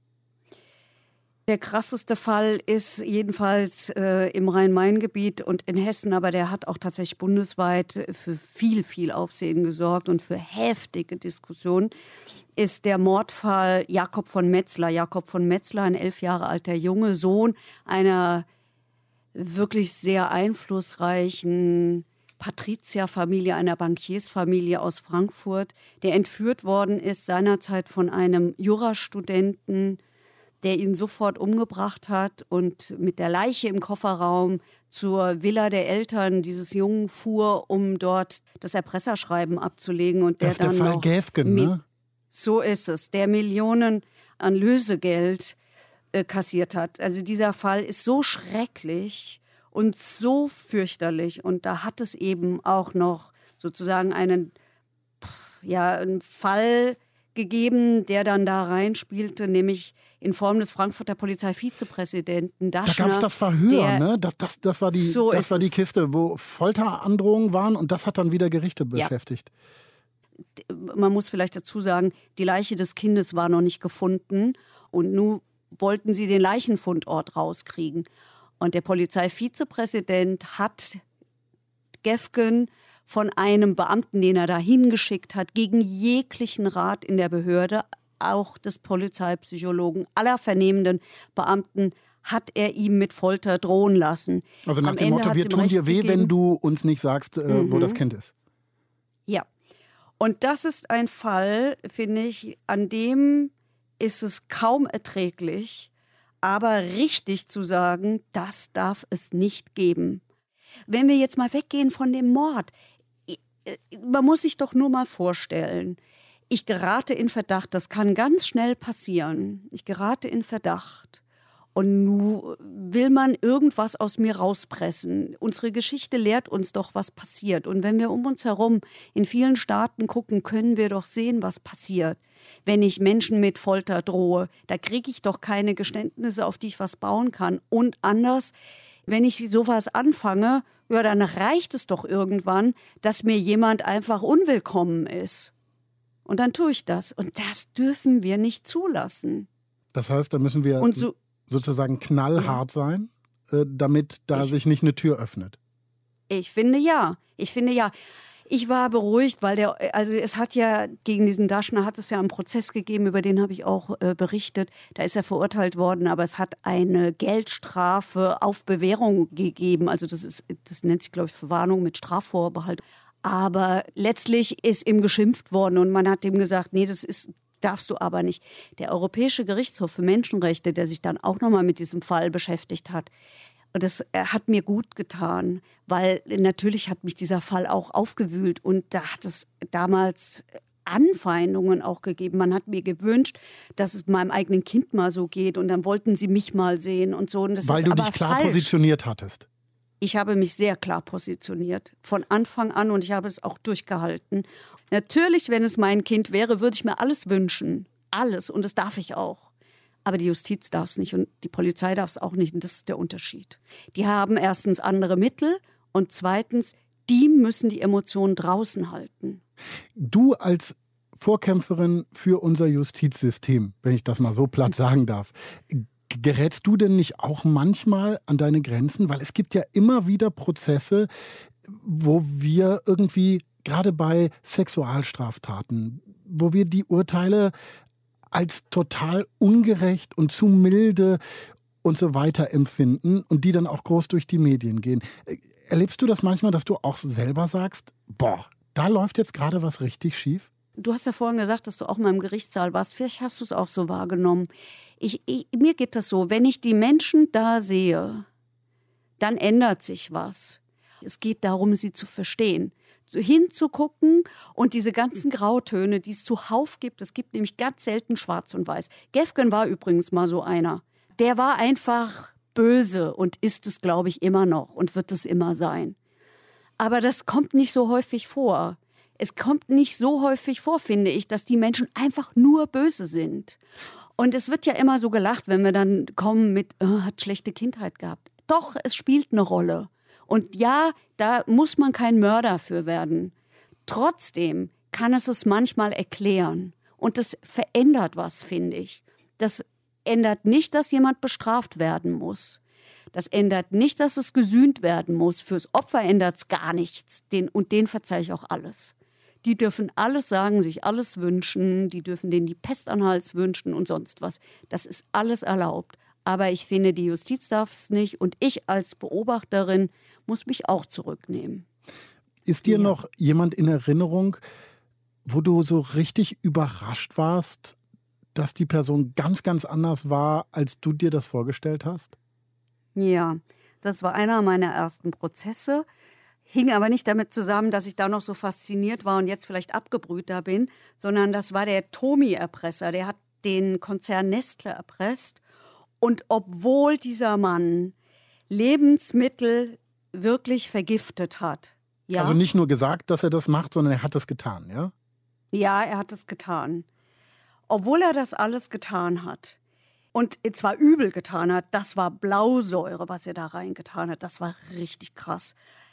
Der krasseste Fall ist jedenfalls im Rhein-Main-Gebiet und in Hessen, aber der hat auch tatsächlich bundesweit für viel, viel Aufsehen gesorgt und für heftige Diskussionen, ist der Mordfall Jakob von Metzler. Jakob von Metzler, ein 11 Jahre alter Junge, Sohn einer wirklich sehr einflussreichen Patrizierfamilie, einer Bankiersfamilie aus Frankfurt, der entführt worden ist seinerzeit von einem Jurastudenten, der ihn sofort umgebracht hat und mit der Leiche im Kofferraum zur Villa der Eltern dieses Jungen fuhr, um dort das Erpresserschreiben abzulegen. Und der das ist der Fall Gäfgen, ne? So ist es, der Millionen an Lösegeld kassiert hat. Also dieser Fall ist so schrecklich und so fürchterlich. Und da hat es eben auch noch sozusagen einen Fall gegeben, der dann da reinspielte, nämlich in Form des Frankfurter Polizeivizepräsidenten Daschner. Da gab es das Verhör, ne? Das war die Kiste, wo Folterandrohungen waren und das hat dann wieder Gerichte beschäftigt. Man muss vielleicht dazu sagen, die Leiche des Kindes war noch nicht gefunden und nun wollten sie den Leichenfundort rauskriegen. Und der Polizeivizepräsident hat Gäfgen von einem Beamten, den er da hingeschickt hat, gegen jeglichen Rat in der Behörde, auch des Polizeipsychologen, aller vernehmenden Beamten, hat er ihm mit Folter drohen lassen. Also nach dem Motto, wir tun dir weh, wenn du uns nicht sagst, wo das Kind ist. Ja. Und das ist ein Fall, finde ich, an dem ist es kaum erträglich, aber richtig zu sagen, das darf es nicht geben. Wenn wir jetzt mal weggehen von dem Mord, man muss sich doch nur mal vorstellen, ich gerate in Verdacht, das kann ganz schnell passieren, ich gerate in Verdacht Und nun will man irgendwas aus mir rauspressen. Unsere Geschichte lehrt uns doch, was passiert. Und wenn wir um uns herum in vielen Staaten gucken, können wir doch sehen, was passiert. Wenn ich Menschen mit Folter drohe, da kriege ich doch keine Geständnisse, auf die ich was bauen kann. Und anders, wenn ich sowas anfange, ja, dann reicht es doch irgendwann, dass mir jemand einfach unwillkommen ist. Und dann tue ich das. Und das dürfen wir nicht zulassen. Das heißt, da müssen wir sozusagen knallhart sein, damit sich nicht eine Tür öffnet. Ich finde ja. Ich war beruhigt, weil es hat ja gegen diesen Daschner hat es ja einen Prozess gegeben, über den habe ich auch berichtet. Da ist er verurteilt worden, aber es hat eine Geldstrafe auf Bewährung gegeben. Also das nennt sich, glaube ich, Verwarnung mit Strafvorbehalt. Aber letztlich ist ihm geschimpft worden und man hat ihm gesagt, nee, darfst du aber nicht. Der Europäische Gerichtshof für Menschenrechte, der sich dann auch nochmal mit diesem Fall beschäftigt hat, und das hat mir gut getan, weil natürlich hat mich dieser Fall auch aufgewühlt und da hat es damals Anfeindungen auch gegeben. Man hat mir gewünscht, dass es meinem eigenen Kind mal so geht und dann wollten sie mich mal sehen und so. Und das weil ist du aber dich klar falsch. Positioniert hattest. Ich habe mich sehr klar positioniert, von Anfang an, und ich habe es auch durchgehalten. Natürlich, wenn es mein Kind wäre, würde ich mir alles wünschen. Alles. Und das darf ich auch. Aber die Justiz darf es nicht und die Polizei darf es auch nicht. Und das ist der Unterschied. Die haben erstens andere Mittel und zweitens, die müssen die Emotionen draußen halten. Du als Vorkämpferin für unser Justizsystem, wenn ich das mal so platt sagen darf, gerätst du denn nicht auch manchmal an deine Grenzen? Weil es gibt ja immer wieder Prozesse, wo wir irgendwie, gerade bei Sexualstraftaten, wo wir die Urteile als total ungerecht und zu milde und so weiter empfinden und die dann auch groß durch die Medien gehen. Erlebst du das manchmal, dass du auch selber sagst, boah, da läuft jetzt gerade was richtig schief? Du hast ja vorhin gesagt, dass du auch mal im Gerichtssaal warst. Vielleicht hast du es auch so wahrgenommen. Mir geht das so, wenn ich die Menschen da sehe, dann ändert sich was. Es geht darum, sie zu verstehen, hinzugucken und diese ganzen Grautöne, die es zuhauf gibt. Es gibt nämlich ganz selten Schwarz und Weiß. Gefgen war übrigens mal so einer. Der war einfach böse und ist es, glaube ich, immer noch und wird es immer sein. Aber das kommt nicht so häufig vor. Es kommt nicht so häufig vor, finde ich, dass die Menschen einfach nur böse sind. Und es wird ja immer so gelacht, wenn wir dann kommen mit, hat schlechte Kindheit gehabt. Doch, es spielt eine Rolle. Und ja, da muss man kein Mörder für werden. Trotzdem kann es manchmal erklären. Und das verändert was, finde ich. Das ändert nicht, dass jemand bestraft werden muss. Das ändert nicht, dass es gesühnt werden muss. Fürs Opfer ändert es gar nichts. Den verzeihe ich auch alles. Die dürfen alles sagen, sich alles wünschen. Die dürfen denen die Pest an den Hals wünschen und sonst was. Das ist alles erlaubt. Aber ich finde, die Justiz darf es nicht. Und ich als Beobachterin muss mich auch zurücknehmen. Ist dir noch jemand in Erinnerung, wo du so richtig überrascht warst, dass die Person ganz, ganz anders war, als du dir das vorgestellt hast? Ja, das war einer meiner ersten Prozesse. Hing aber nicht damit zusammen, dass ich da noch so fasziniert war und jetzt vielleicht abgebrühter bin, sondern das war der Tomi-Erpresser. Der hat den Konzern Nestle erpresst. Und obwohl dieser Mann Lebensmittel wirklich vergiftet hat. Ja? Also nicht nur gesagt, dass er das macht, sondern er hat es getan, ja? Ja, er hat es getan. Obwohl er das alles getan hat und zwar übel getan hat, das war Blausäure, was er da reingetan hat, das war richtig krass,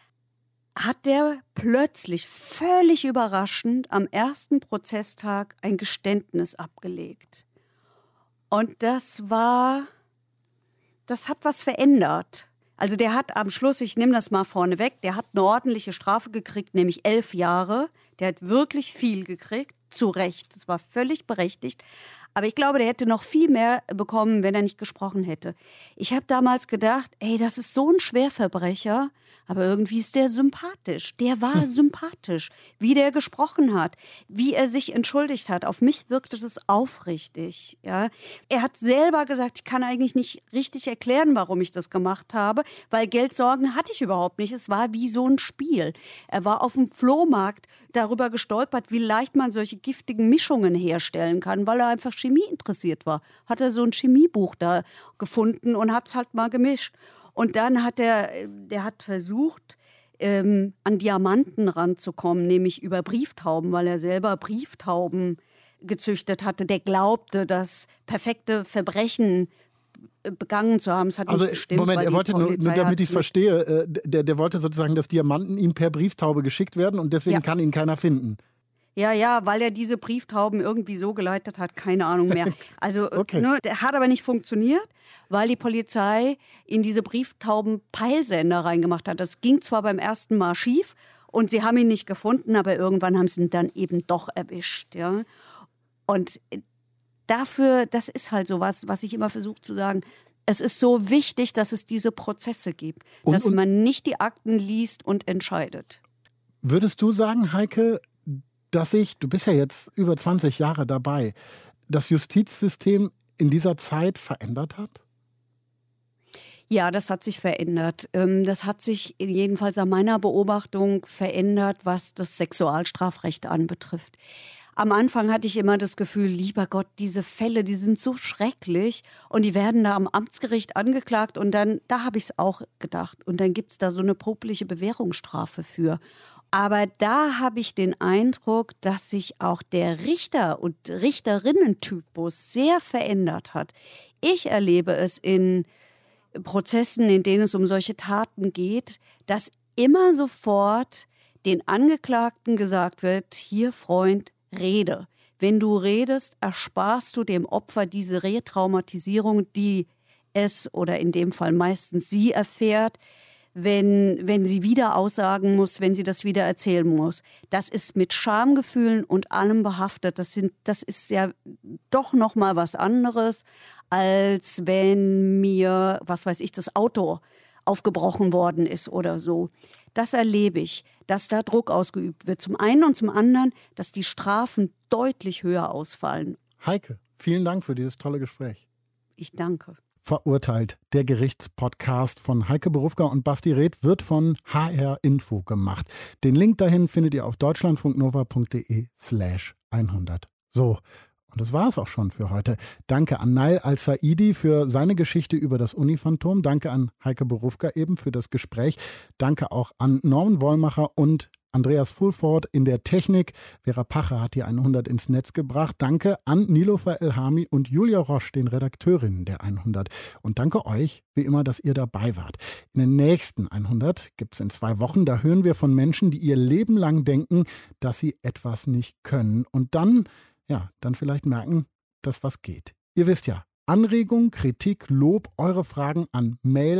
hat der plötzlich völlig überraschend am ersten Prozesstag ein Geständnis abgelegt. Und das hat was verändert. Also der hat am Schluss, ich nehme das mal vorne weg, der hat eine ordentliche Strafe gekriegt, nämlich 11 Jahre. Der hat wirklich viel gekriegt, zu Recht, das war völlig berechtigt. Aber ich glaube, der hätte noch viel mehr bekommen, wenn er nicht gesprochen hätte. Ich habe damals gedacht, ey, das ist so ein Schwerverbrecher, aber irgendwie ist der sympathisch. Der war sympathisch, wie der gesprochen hat, wie er sich entschuldigt hat. Auf mich wirkte das aufrichtig. Ja. Er hat selber gesagt, ich kann eigentlich nicht richtig erklären, warum ich das gemacht habe, weil Geldsorgen hatte ich überhaupt nicht. Es war wie so ein Spiel. Er war auf dem Flohmarkt darüber gestolpert, wie leicht man solche giftigen Mischungen herstellen kann, weil er einfach Chemie interessiert war. Hat er so ein Chemiebuch da gefunden und hat es halt mal gemischt. Und dann hat der hat versucht, an Diamanten ranzukommen, nämlich über Brieftauben, weil er selber Brieftauben gezüchtet hatte. Der glaubte, dass perfekte Verbrechen begangen zu haben. Es hat nicht gestimmt. Moment, er wollte nur damit ich es verstehe, der wollte sozusagen, dass Diamanten ihm per Brieftaube geschickt werden und deswegen kann ihn keiner finden. Ja, weil er diese Brieftauben irgendwie so geleitet hat, keine Ahnung mehr. Also der hat aber nicht funktioniert, weil die Polizei in diese Brieftauben Peilsender reingemacht hat. Das ging zwar beim ersten Mal schief und sie haben ihn nicht gefunden, aber irgendwann haben sie ihn dann eben doch erwischt. Ja? Und dafür, das ist halt so was ich immer versuche zu sagen, es ist so wichtig, dass es diese Prozesse gibt, dass man nicht die Akten liest und entscheidet. Würdest du sagen, Heike, dass du bist ja jetzt über 20 Jahre dabei, das Justizsystem in dieser Zeit verändert hat? Ja, das hat sich verändert. Das hat sich jedenfalls nach meiner Beobachtung verändert, was das Sexualstrafrecht anbetrifft. Am Anfang hatte ich immer das Gefühl, lieber Gott, diese Fälle, die sind so schrecklich und die werden da am Amtsgericht angeklagt und dann, da habe ich es auch gedacht. Und dann gibt es da so eine popliche Bewährungsstrafe für. Aber da habe ich den Eindruck, dass sich auch der Richter- und Richterinnen-Typus sehr verändert hat. Ich erlebe es in Prozessen, in denen es um solche Taten geht, dass immer sofort den Angeklagten gesagt wird, hier Freund, rede. Wenn du redest, ersparst du dem Opfer diese Retraumatisierung, die es oder in dem Fall meistens sie erfährt, wenn sie wieder aussagen muss, wenn sie das wieder erzählen muss. Das ist mit Schamgefühlen und allem behaftet. Das ist ja doch noch mal was anderes, als wenn mir, was weiß ich, das Auto aufgebrochen worden ist oder so. Das erlebe ich, dass da Druck ausgeübt wird. Zum einen und zum anderen, dass die Strafen deutlich höher ausfallen. Heike, vielen Dank für dieses tolle Gespräch. Ich danke. Verurteilt, der Gerichtspodcast von Heike Berufka und Basti Reth wird von HR Info gemacht. Den Link dahin findet ihr auf deutschlandfunknova.de/100. So, und das war es auch schon für heute. Danke an Nail Al-Saidi für seine Geschichte über das Uniphantom. Danke an Heike Berufka eben für das Gespräch. Danke auch an Norman Wollmacher und Andreas Fulford in der Technik. Vera Pacher hat die 100 ins Netz gebracht. Danke an Nilofer Elhami und Julia Roche, den Redakteurinnen der 100. Und danke euch, wie immer, dass ihr dabei wart. In den nächsten 100 gibt es in 2 Wochen. Da hören wir von Menschen, die ihr Leben lang denken, dass sie etwas nicht können. Und dann vielleicht merken, dass was geht. Ihr wisst ja, Anregung, Kritik, Lob, eure Fragen an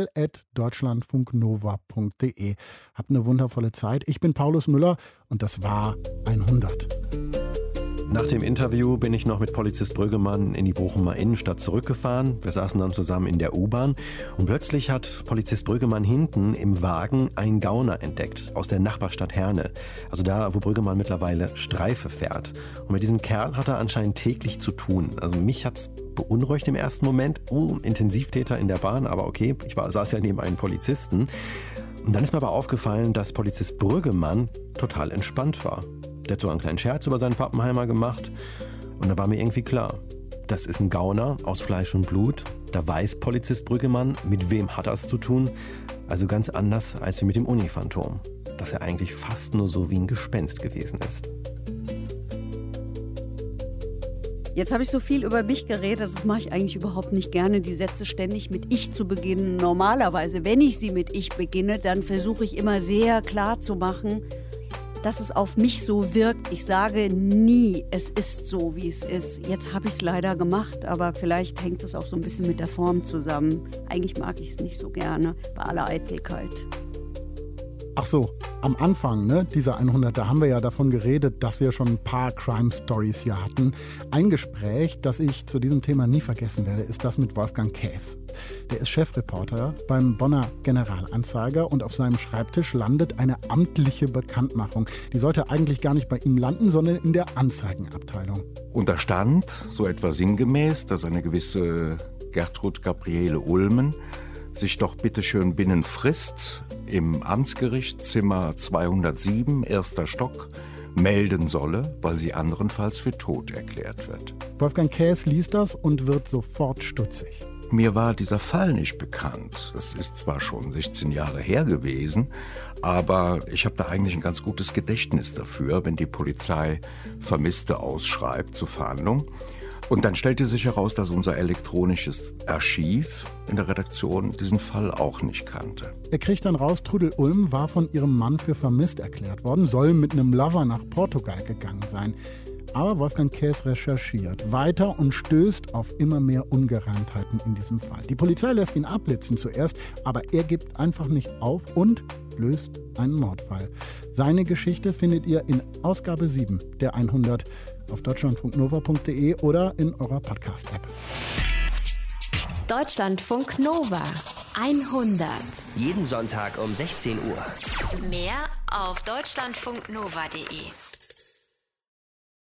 mail@deutschlandfunknova.de. Habt eine wundervolle Zeit. Ich bin Paulus Müller und das war 100. Nach dem Interview bin ich noch mit Polizist Brüggemann in die Bochumer Innenstadt zurückgefahren. Wir saßen dann zusammen in der U-Bahn und plötzlich hat Polizist Brüggemann hinten im Wagen einen Gauner entdeckt aus der Nachbarstadt Herne. Also da, wo Brüggemann mittlerweile Streife fährt. Und mit diesem Kerl hat er anscheinend täglich zu tun. Also mich hat's beunruhigt im ersten Moment. Intensivtäter in der Bahn, aber okay, saß ja neben einem Polizisten. Und dann ist mir aber aufgefallen, dass Polizist Brüggemann total entspannt war. Der hat so einen kleinen Scherz über seinen Pappenheimer gemacht und da war mir irgendwie klar, das ist ein Gauner aus Fleisch und Blut. Da weiß Polizist Brüggemann, mit wem hat er es zu tun. Also ganz anders als mit dem Uniphantom, dass er eigentlich fast nur so wie ein Gespenst gewesen ist. Jetzt habe ich so viel über mich geredet, das mache ich eigentlich überhaupt nicht gerne, die Sätze ständig mit Ich zu beginnen. Normalerweise, wenn ich sie mit Ich beginne, dann versuche ich immer sehr klar zu machen, dass es auf mich so wirkt. Ich sage nie, es ist so, wie es ist. Jetzt habe ich es leider gemacht, aber vielleicht hängt es auch so ein bisschen mit der Form zusammen. Eigentlich mag ich es nicht so gerne, bei aller Eitelkeit. Ach so, am Anfang dieser 100, da haben wir ja davon geredet, dass wir schon ein paar Crime-Stories hier hatten. Ein Gespräch, das ich zu diesem Thema nie vergessen werde, ist das mit Wolfgang Käs. Der ist Chefreporter beim Bonner Generalanzeiger und auf seinem Schreibtisch landet eine amtliche Bekanntmachung. Die sollte eigentlich gar nicht bei ihm landen, sondern in der Anzeigenabteilung. Und da stand so etwa sinngemäß, dass eine gewisse Gertrud Gabriele Ulmen sich doch bitteschön binnen Frist im Amtsgericht Zimmer 207, 1. Stock, melden solle, weil sie anderenfalls für tot erklärt wird. Wolfgang Käs liest das und wird sofort stutzig. Mir war dieser Fall nicht bekannt. Das ist zwar schon 16 Jahre her gewesen, aber ich habe da eigentlich ein ganz gutes Gedächtnis dafür, wenn die Polizei Vermisste ausschreibt zur Fahndung. Und dann stellte sich heraus, dass unser elektronisches Archiv in der Redaktion diesen Fall auch nicht kannte. Er kriegt dann raus, Trudel Ulm war von ihrem Mann für vermisst erklärt worden, soll mit einem Lover nach Portugal gegangen sein. Aber Wolfgang Käs recherchiert weiter und stößt auf immer mehr Ungereimtheiten in diesem Fall. Die Polizei lässt ihn abblitzen zuerst, aber er gibt einfach nicht auf und löst einen Mordfall. Seine Geschichte findet ihr in Ausgabe 7 der 100 auf deutschlandfunknova.de oder in eurer Podcast-App. Deutschlandfunk Nova 100. Jeden Sonntag um 16 Uhr. Mehr auf deutschlandfunknova.de.